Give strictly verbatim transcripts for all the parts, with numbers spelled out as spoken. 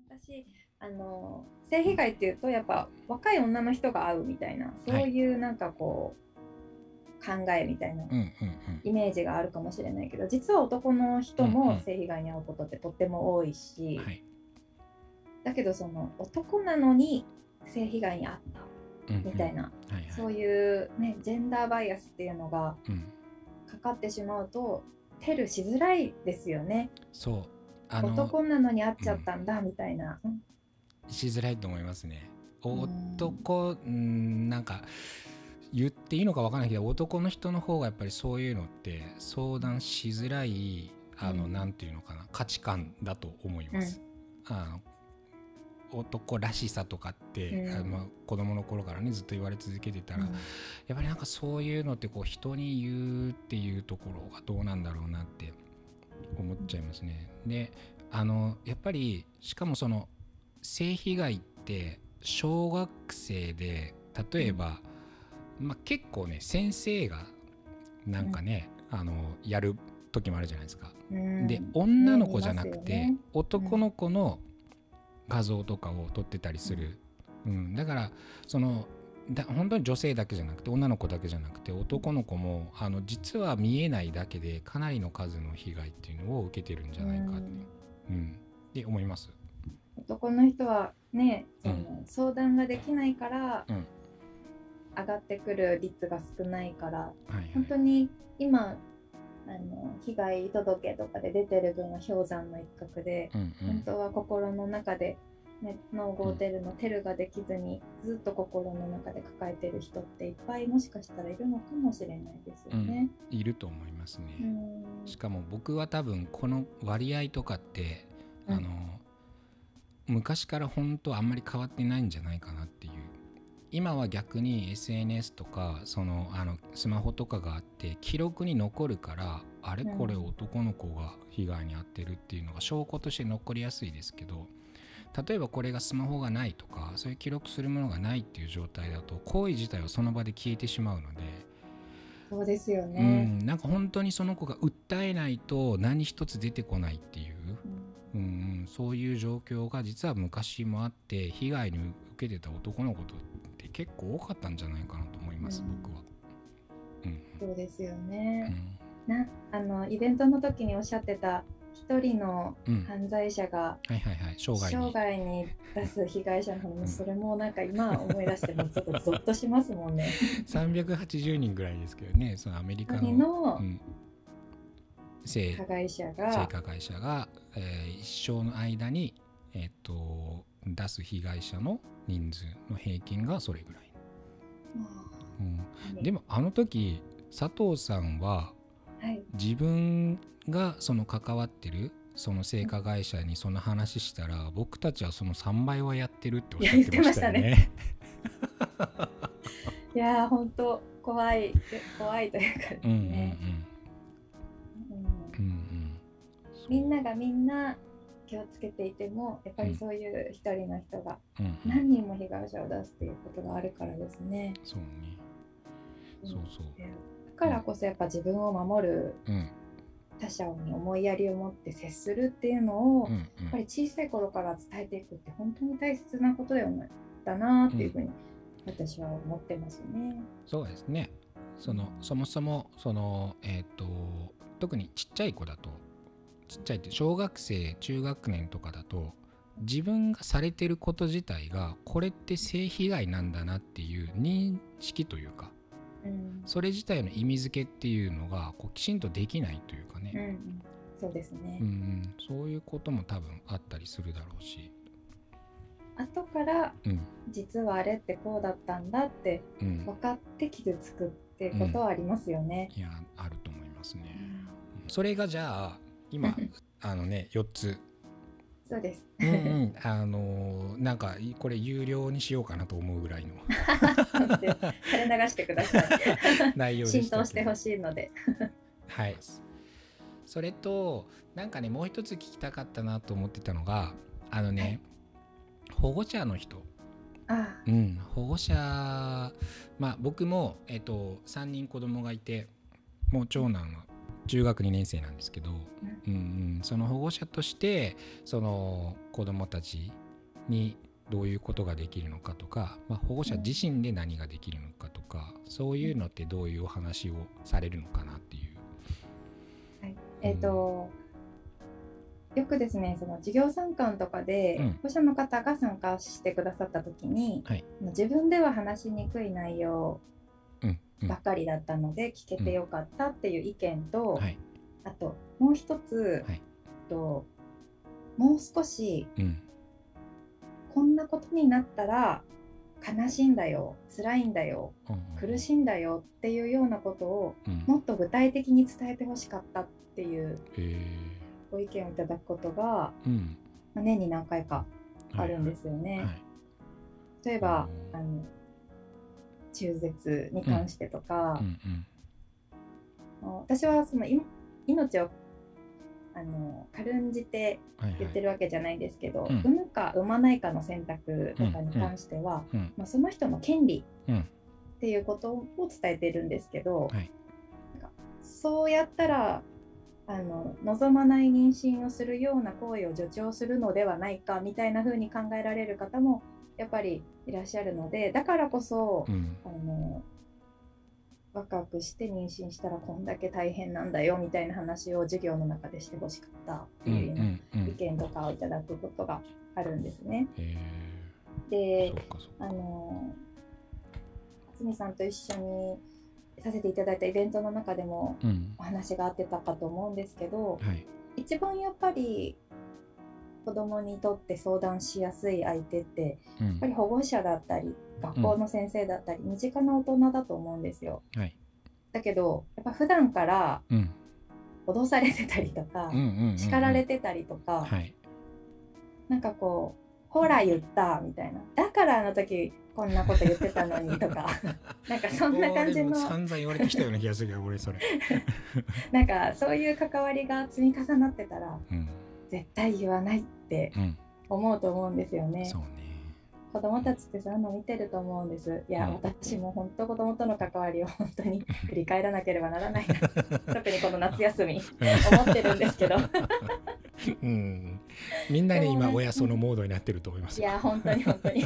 私あの性被害っていうとやっぱ若い女の人が会うみたいな、そういうなんかこう、はい、考えみたいなイメージがあるかもしれないけど、実は男の人も性被害に遭うことってとっても多いし、うんうん、はい、だけどその男なのに性被害に遭ったみたいな、うんうん、はいはい、そういう、ね、ジェンダーバイアスっていうのがかかってしまうと、テルしづらいですよね。 そう、 あの男なのに会っちゃったんだ、うん、みたいな、 しづらいと思いますね。男、うん、なんか言っていいのか分からないけど、男の人の方がやっぱりそういうのって相談しづらい、あの、うん、なんていうのかな、価値観だと思います、うん、あの男らしさとかって、うん、あの子供の頃からねずっと言われ続けてたら、うん、やっぱりなんかそういうのってこう人に言うっていうところがどうなんだろうなって思っちゃいますね。で、あのやっぱりしかもその性被害って小学生で例えば、うん、まあ、結構ね先生がなんかね、うん、あのやる時もあるじゃないですか、うん、で女の子じゃなくて、ね、男の子の画像とかを撮ってたりする、うんうん、だからそのだ本当に女性だけじゃなくて女の子だけじゃなくて男の子もあの実は見えないだけでかなりの数の被害っていうのを受けてるんじゃないかって、うんうん、って思います。 男の人はね、その、うん、相談ができないから、うん、上がってくる率が少ないから、はいはい、本当に今あの被害届とかで出てる分は氷山の一角で、うんうん、本当は心の中で、ね、ノーゴーテルのテルができずにずっと心の中で抱えてる人っていっぱいもしかしたらいるのかもしれないですよね、 うん、いると思いますね。しかも僕は多分この割合とかって、うん、あの昔から本当あんまり変わってないんじゃないかなっていう。今は逆に エスエヌエス とかそのあのスマホとかがあって記録に残るから、あれこれ男の子が被害に遭ってるっていうのが証拠として残りやすいですけど、例えばこれがスマホがないとかそういう記録するものがないっていう状態だと行為自体はその場で消えてしまうので、 そうですよね、 うん、なんか本当にその子が訴えないと何一つ出てこないっていう、うんうん、そういう状況が実は昔もあって、被害に受けてた男の子って結構多かったんじゃないかなと思います、うん、僕は、 うん、そうですよね、うん、なあのイベントの時におっしゃってた一人の犯罪者が生涯に出す被害者の話、うん、それもなんか今思い出してもちょっとゾッとしますもんねさんびゃくはちじゅうにんぐらいですけどね、そのアメリカ の, の、うん、性加害者が性加害者が、えー、一生の間に、えー、と出す被害者の人数の平均がそれぐらい、うんうん、でもあの時佐藤さんは、はい、自分がその関わってるその性加害者にその話したら、うん、僕たちはそのさんばいはやってるっておっしゃってましたよね。 いやー本当怖い怖いというかですね、うんうんうんうんうん、みんながみんな気をつけていてもやっぱりそういう一人の人が何人も被害者を出すっていうことがあるからですね、 うん、そうね、そうそう、 だからこそやっぱ自分を守る、うん、他者に思いやりを持って接するっていうのを、うんうん、やっぱり小さい頃から伝えていくって本当に大切なことだなっていうふうに私は思ってますね、うん、 そうですね、そのそもそもその、えーと、特にちっちゃい子だと、ちっちゃいって小学生中学年とかだと自分がされてること自体がこれって性被害なんだなっていう認識というか、うん、それ自体の意味付けっていうのがこうきちんとできないというかね、うん、 そうですね、 うんうん、そういうことも多分あったりするだろうし、 後から、うん、実はあれってこうだったんだって分かって傷つくっていうことはありますよね、 うんうん、いやあると思いますね、うん、それがじゃあ今あのねよっつ、 そうです、 うんうん、あのー、なんかこれ有料にしようかなと思うぐらいの垂れ流してください内容でしたけど浸透してほしいのではい、それとなんかねもう一つ聞きたかったなと思ってたのが、あのね、はい、保護者の人、ああ、うん、保護者、まあ僕も、えっと、さんにん子供がいて、もう長男は中学にねん生なんですけど、うんうん、その保護者としてその子供たちにどういうことができるのかとか、まあ、保護者自身で何ができるのかとか、うん、そういうのってどういうお話をされるのかなっていう。 はい、えっ、ー、と、うん、よくですね、その授業参観とかで保護者の方が参加してくださった時に、うん、はい、自分では話しにくい内容ばっかりだったので聞けてよかったっていう意見と、うん、はい、あともう一つ、はい、ともう少し、うん、こんなことになったら悲しいんだよ、辛いんだよ、うん、苦しいんだよっていうようなことを、うん、もっと具体的に伝えてほしかったっていうご意見をいただくことが、うん、まあ、年に何回かあるんですよね。はいはい、例えば、あの中絶に関してとか、うんうんうん、私はその命をあの軽んじて言ってるわけじゃないですけど、はいはい、産むか産まないかの選択とかに関しては、うんうんまあ、その人の権利っていうことを伝えてるんですけど、はい、なんかそうやったらあの望まない妊娠をするような行為を助長するのではないかみたいな風に考えられる方もやっぱりいらっしゃるので、だからこそ、うん、あの若くして妊娠したらこんだけ大変なんだよみたいな話を授業の中でしてほしかったっていうような意見とかをいただくことがあるんですね。で、あの渥美さんと一緒にさせていただいたイベントの中でもお話があってたかと思うんですけど、うんはい、一番やっぱり子どもにとって相談しやすい相手って、うん、やっぱり保護者だったり学校の先生だったり、うん、身近な大人だと思うんですよ。はい、だけどやっぱ普段から脅されてたりとか、うん、叱られてたりとか、はい、なんかこうほら言ったみたいな、だからあの時こんなこと言ってたのにとかなんかそんな感じの散々言われてきたような気がするよ俺それなんかそういう関わりが積み重なってたら、うん、絶対言わないって思うと思うんですよね。うん、そうね。子供たちってそういうの見てると思うんです。いや、うん、私も本当子供との関わりを本当に振り返らなければならないな特にこの夏休み思ってるんですけどうん、みんなに今親そのモードになってると思いますよ。いや本当に本当に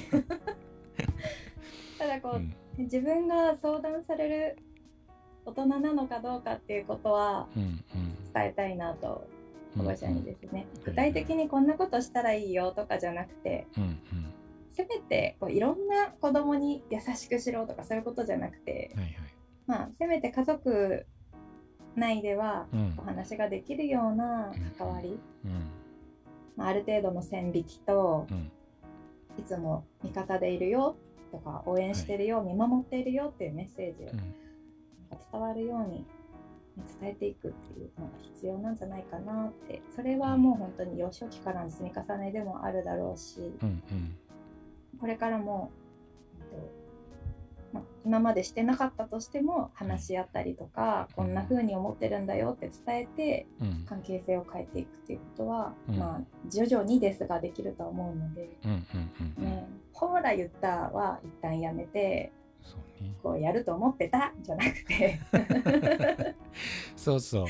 ただこう、うん、自分が相談される大人なのかどうかっていうことは伝えたいなと、保護者にですね、うんうん、具体的にこんなことしたらいいよとかじゃなくて、うんうん、せめてこういろんな子供に優しくしろとかそういうことじゃなくて、はいはい、まあ、せめて家族内ではお話ができるような関わり、うんうんまあ、ある程度の線引きと、うん、いつも味方でいるよとか応援してるよ、はい、見守っているよっていうメッセージを、うん、伝わるように伝えていくっていうのが必要なんじゃないかなって。それはもう本当に幼少期からの積み重ねでもあるだろうし、うんうん、これからも、えっとま、今までしてなかったとしても話し合ったりとか、うん、こんな風に思ってるんだよって伝えて、うん、関係性を変えていくっていうことは、うんまあ、徐々にですができると思うので、うんうんうんね、ほら言ったは一旦やめて、そうね、こうやると思ってたじゃなくてそうそう、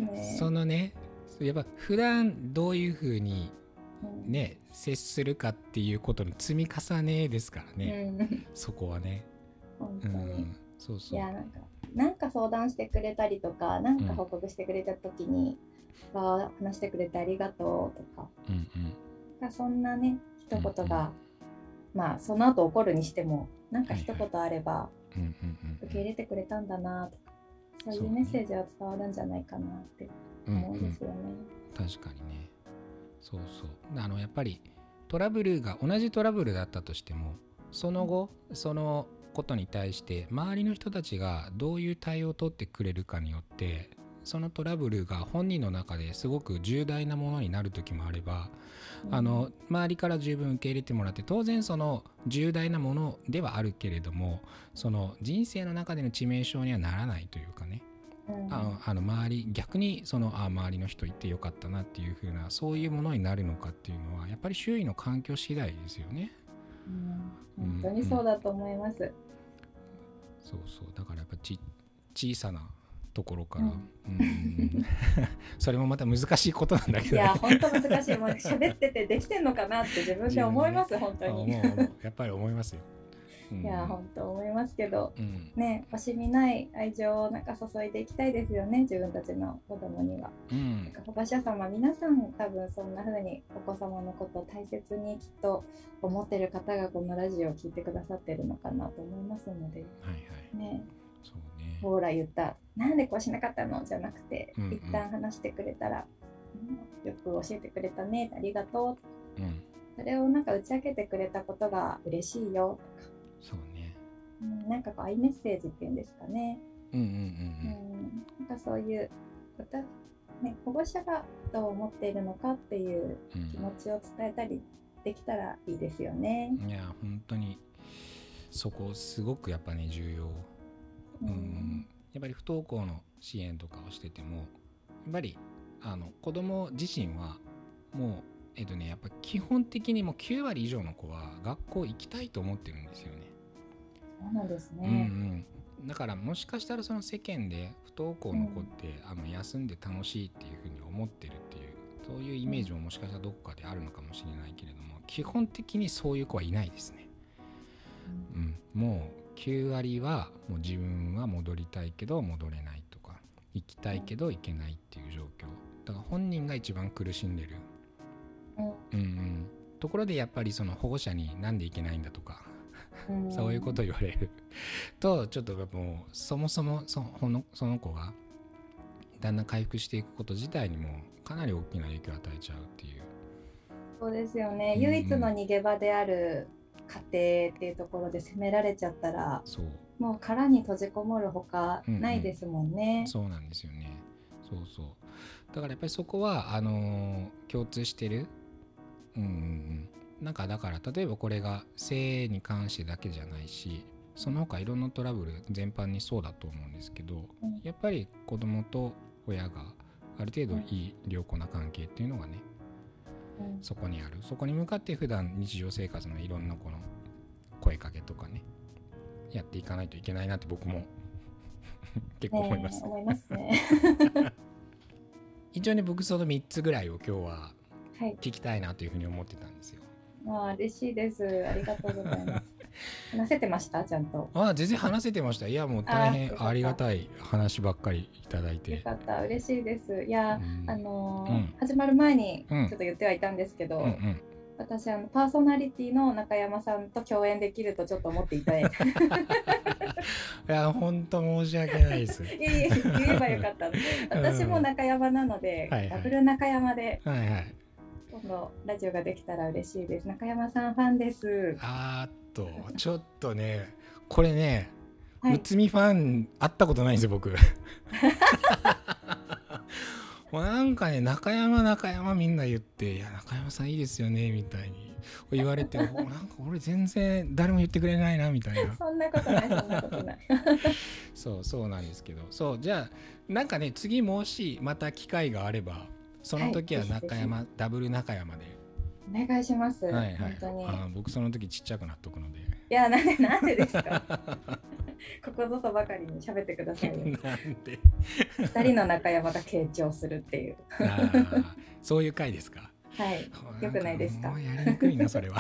ね、そのねやっぱ普段どういう風にね、うん、接するかっていうことの積み重ねですからね、うん、そこはね本当に、うん、そうそう、いやなんかなんか相談してくれたりとかなんか報告してくれた時に、うん、話してくれてありがとうとか、うんうん、そんなね一言が、うんうん、まあその後怒るにしてもなんか一言あれば受け入れてくれたんだなとか、そういうメッセージは伝わるんじゃないかなって思うんですよね、 うんうん、確かにね。そうそう、あのやっぱりトラブルが同じトラブルだったとしてもその後、うん、そのことに対して周りの人たちがどういう対応を取ってくれるかによってそのトラブルが本人の中ですごく重大なものになる時もあれば、うん、あの周りから十分受け入れてもらって当然その重大なものではあるけれどもその人生の中での致命傷にはならないというかね、うん、ああの周り逆にそのあ周りの人言ってよかったなっていう風なそういうものになるのかっていうのはやっぱり周囲の環境次第ですよね。 うん、本当にそうだと思います、うんうん、 そうそうだからやっぱち小さなところから、うんうんそれもまた難しいことなんだけど、 ね、いや本当難しい。もう喋っててできてんのかなって自分で思います、ね、本当に。 思う思うやっぱり思いますよ。 うん、いや本当思いますけど、 うん、 ね、惜しみない愛情をなんか注いでいきたいですよね、自分たちの子供には。うん、なんか保護者様皆さん多分そんな風にお子様のことを大切にきっと思ってる方がこのラジオを聞いてくださってるのかなと思いますので、 はいはいね、 そうね、 ほら言ったなんでこうしなかったのじゃなくて、うんうん、一旦話してくれたら、うん、よく教えてくれたね、ありがとう、うん、それをなんか打ち明けてくれたことが嬉しいよとか、 そうね、 うん、なんかこう愛メッセージっていうんですかね、 うんうんうんうん、 なんかそういうこと、ね、保護者がどう思っているのかっていう気持ちを伝えたりできたらいいですよね、 うん、いや本当にそこすごくやっぱね重要、うんうん、やっぱり不登校の支援とかをしててもやっぱりあの子供自身はもうえっとねやっぱ基本的にもうきゅうわり以上の子は学校行きたいと思ってるんですよね。 そうなんですね、 うんうん、だからもしかしたらその世間で不登校の子って、うん、あの休んで楽しいっていうふうに思ってるっていうそういうイメージももしかしたらどこかであるのかもしれないけれども、基本的にそういう子はいないですね、うんうん、もうきゅうわりはもう自分は戻りたいけど戻れないとか行きたいけど行けないっていう状況だから本人が一番苦しんでる、うんうん、ところでやっぱりその保護者になんで行けないんだとかそういうこと言われるとちょっともうそもそも そ, のその子がだんだん回復していくこと自体にもかなり大きな影響を与えちゃうっていう。 そうですよね、うんうん、唯一の逃げ場である家庭っていうところで責められちゃったらそうもう殻に閉じこもるほかないですもんね、うんうん、 そうなんですよね。そうそうだからやっぱりそこはあのー、共通してる、うんうんうんなんかだから例えばこれが性に関してだけじゃないしその他いろんなトラブル全般にそうだと思うんですけど、うん、やっぱり子供と親がある程度いい良好な関係っていうのがね、うん、そこにあるそこに向かって普段日常生活のいろんなこの声かけとかねやっていかないといけないなって僕も結構思います、 ね、思いますね一応ね僕そのみっつぐらいを今日は聞きたいなというふうに思ってたんですよ。 まあ嬉しいです。ありがとうございます。話せてましたちゃんと。 ああ全然話せてました。いやもう大変ありがたい話ばっかりいただいて。 よかった嬉しいです。いや、うん、あのーうん、始まる前にちょっと言ってはいたんですけど、うんうんうん、私あのパーソナリティの中山さんと共演できるとちょっと思っていたい。いや本当申し訳ないです。 いえいえ言えばよかった。私も中山なので、うんはいはい、ダブル中山で。はいはい今度ラジオができたら嬉しいです。中山さんファンです。 あーっとちょっとねこれねうつみファン会ったことないんですよ僕もうなんかね中山中山みんな言っていや中山さんいいですよねみたいに言われてなんか俺全然誰も言ってくれないなみたいなそんなことないそんなことないそうそうなんですけどそうじゃあなんかね次もしまた機会があればその時は中山、はい、ダブル中山でお願いします。はいはい、 本当にあ僕その時ちっちゃくなっとくので。いやなんでなんでですかここぞとばかりに喋ってくださいよ。 なんで二人の中山が傾聴するっていうあそういう回ですか。 はいよくないですか。 もうやりにくいなそれは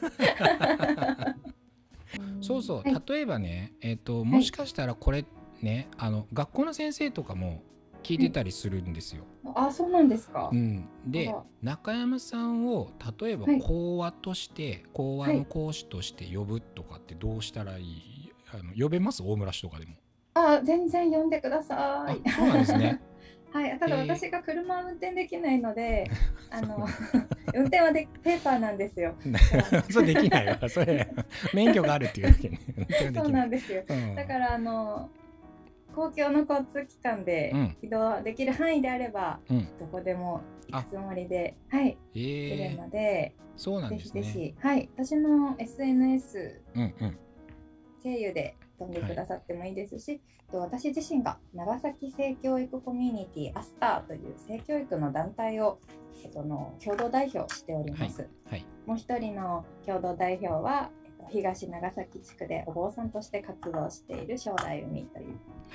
そうそう、はい、例えばね、えーと、もしかしたらこれね、はい、あの学校の先生とかも聞いてたりするんですよ。 うん、あ、そうなんですか。 うん、で中山さんを例えば講話として、はい、講話の講師として呼ぶとかってどうしたらいい？あの呼べます？大村市とかでも。 あ、全然呼んでください。 あ、そうなんですね。 はい、ただ私が車運転できないので、えー、あの運転はでペーパーなんですよ。 そうできないわ。それ免許があるっていうだけね。 そうなんですよ。うん、だからあの。公共の交通機関で移動できる範囲であれば、うん、どこでも行くつもりで、はい、えー、いるので、 そうなんですね。 ぜひぜひ、はい、私の エスエヌエス 経由で飛んでくださってもいいですし、はい、私自身が長崎性教育コミュニティアスターという性教育の団体をその共同代表しております。はいはい、もう一人の共同代表は東長崎地区でお坊さんとして活動している正代海という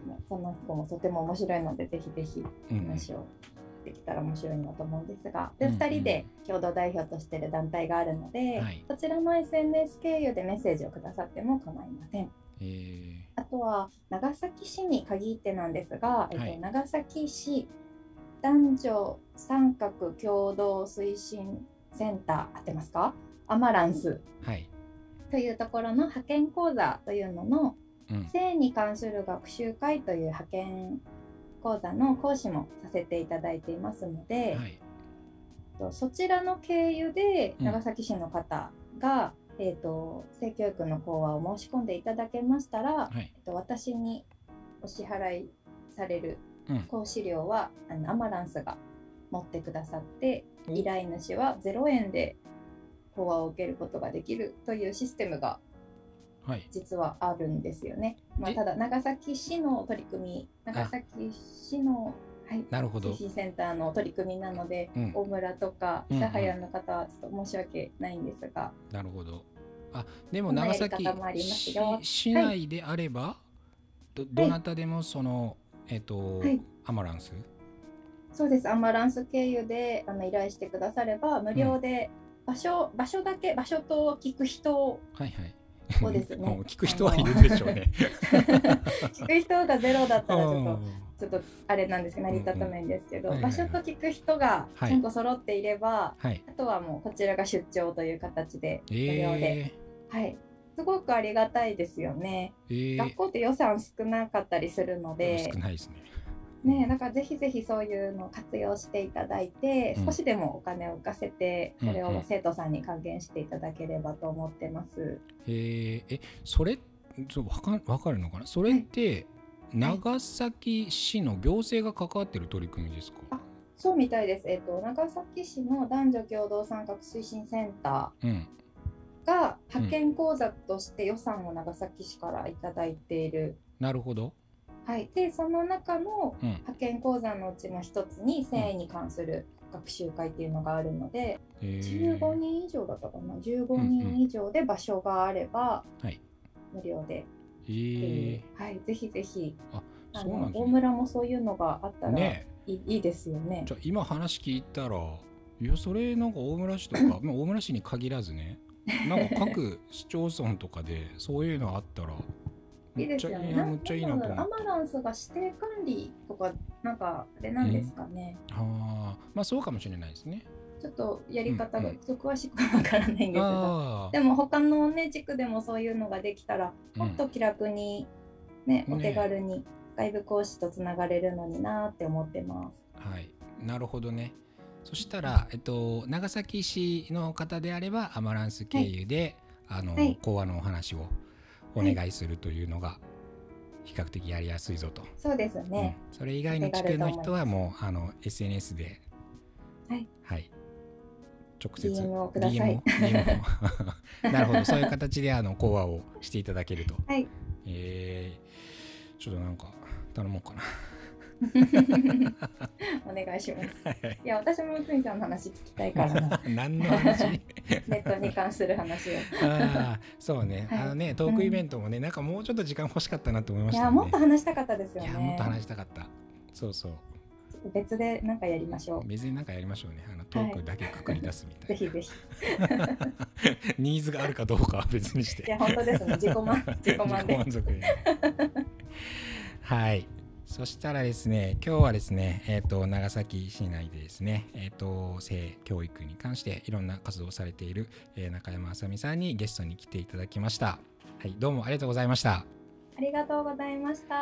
その人もとても面白いので、ぜひぜひ話をできたら面白いなと思うんですが、うん、でふたりで共同代表としている団体があるので、うん、そちらの エスエヌエス 経由でメッセージをくださっても構いません。 えー、 あとは長崎市に限ってなんですが、はい、えっと、長崎市男女三角共同推進センター、合ってますか？アマランス、 はい、 というところの派遣講座というのの、うん、性に関する学習会という派遣講座の講師もさせていただいていますので、はい、そちらの経由で長崎市の方が、うん、えーと、性教育の講話を申し込んでいただけましたら、はい、えーと、私にお支払いされる講師料は、うん、あのアマランスが持ってくださって、依頼主はゼロえんで講話を受けることができるというシステムが実はあるんですよね。はい、まあ、ただ長崎市の取り組み、長崎市の、はい、 なるほど、 推進センターの取り組みなので、うん、大村とか諫早の方はちょっと申し訳ないんですが、 うんうん、なるほど。あ、でも長崎市内であれば、はい、ど, どなたでもその、えっと、はい、アマランス、 そうです、アマランス経由であの依頼してくだされば無料で、うん、場所場所だけ場所と聞く人を、 はいはい、 そうですね。 聞く人はいるでしょうね。 聞く人がゼロだったらちょっとちょっとあれなんですけど成り立たないんですけど、場所と聞く人がちゃんと揃っていれば、はい、あとはもうこちらが出張という形で無料で、えー、はい、すごくありがたいですよね。えー、学校って予算少なかったりするので、 少ないですね。 ね、だからぜひぜひそういうのを活用していただいて、うん、少しでもお金を浮かせてそれを生徒さんに還元していただければと思ってます。うんうん、 えー、えそれちょっとわか、わかるのかな、それって、はい、長崎市の行政が関わってる取り組みですか？ あ、そうみたいです。えっと、長崎市の男女共同参画推進センターが派遣講座として予算を長崎市からいただいている、 うん、なるほど。 はい、でその中の派遣講座のうちの一つに性に関する学習会っていうのがあるので、うん、じゅうごにん以上だったかな、じゅうごにん以上で場所があれば無料で、 えーはい、ぜひぜひ、 あ、 あのそうなんですね、 大村もそういうのがあったらいい、 ね、 いいですよね。 じゃあ今話聞いたら、いやそれなんか大村市とかまあ大村市に限らずね、なんか各市町村とかでそういうのあったらいいですよね。 めっちゃいいなと思って。 アマランスが指定管理とかなんかあれなんですかね。 うん、あ、まあそうかもしれないですね。 ちょっとやり方が詳しくはわからないんですけど、うんうん、でも他のね地区でもそういうのができたらもっと気楽にね、うん、お手軽に外部講師とつながれるのになって思ってます。 はい、なるほどね。そしたら、えっと、長崎市の方であればアマランス経由で、はい、あの、はい、講話のお話をお願いするというのが比較的やりやすいぞと。 そうですね、 うん、それ以外の地区の人はもうあの エスエヌエス で、 はいはい、直接ディーエム をください。 ディーエム をなるほど、そういう形であの講話をしていただけると、 はい、 えー、ちょっとなんか頼もうかな。 お願いします。いや、私もつみさんの話聞きたいからな。 何の話？ ネットに関する話を。 ああ、そうね、はい、あのね、トークイベントもね、うん、なんかもうちょっと時間欲しかったなと思いましたね。 いや、もっと話したかったですよね。 いや、もっと話したかった。そうそう。 別でなんかやりましょう。 別になんかやりましょうね。あのトークだけくくり出すみたいな。 はい、ぜひぜひ。ニーズがあるかどうかは別にして。 いや、本当ですね。自己満自己満で。 自己満足で。はい。そしたらですね、今日はですね、えーと、長崎市内でですね、えーと、性教育に関していろんな活動をされている、えー、中山あさみさんにゲストに来ていただきました。はい、どうもありがとうございました。 ありがとうございました。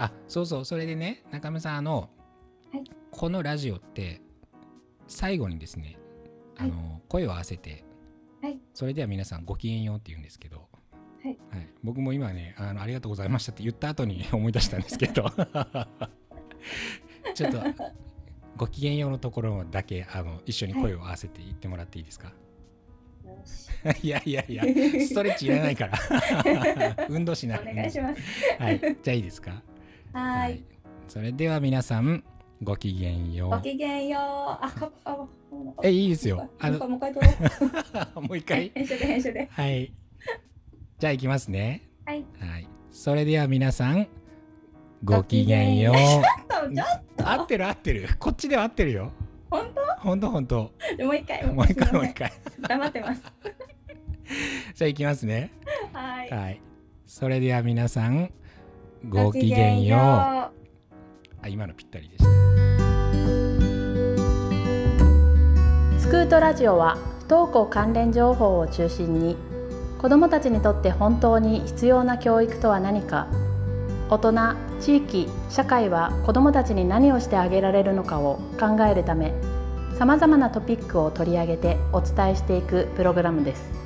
あ、そうそう、それでね、中山さん、あの、はい、このラジオって最後にですね、あの、はい、声を合わせて、はい、それでは皆さんごきげんようって言うんですけど、 はいはい、 僕も今ね あの、ありがとうございましたって言った後に思い出したんですけどちょっとごきげんようのところだけあの一緒に声を合わせて言ってもらっていいですか？はい、いやいやいやストレッチいらないから運動しない。 お願いします。 はい、じゃあいいですか？ はい、 それでは皆さんごきげんよう。 ごきげんよう。あかあえいいですよ。 あのもう一回撮ろう。 もう一回。 編集で編集で。 はい。じゃあいきますね。 はい。 はい。それでは皆さんごきげんよう。 ちょっとちょっと合ってる合ってる。こっちでは合ってるよ。 本当？ 本当本当。 もう一回もう一回もう一回。 黙ってます。 じゃあいきますね。 はい。 はい。それでは皆さんごきげんよう。あ、今のぴったりでした。 スクートラジオは不登校関連情報を中心に、子どもたちにとって本当に必要な教育とは何か、大人、地域、社会は子どもたちに何をしてあげられるのかを考えるため、さまざまなトピックを取り上げてお伝えしていくプログラムです。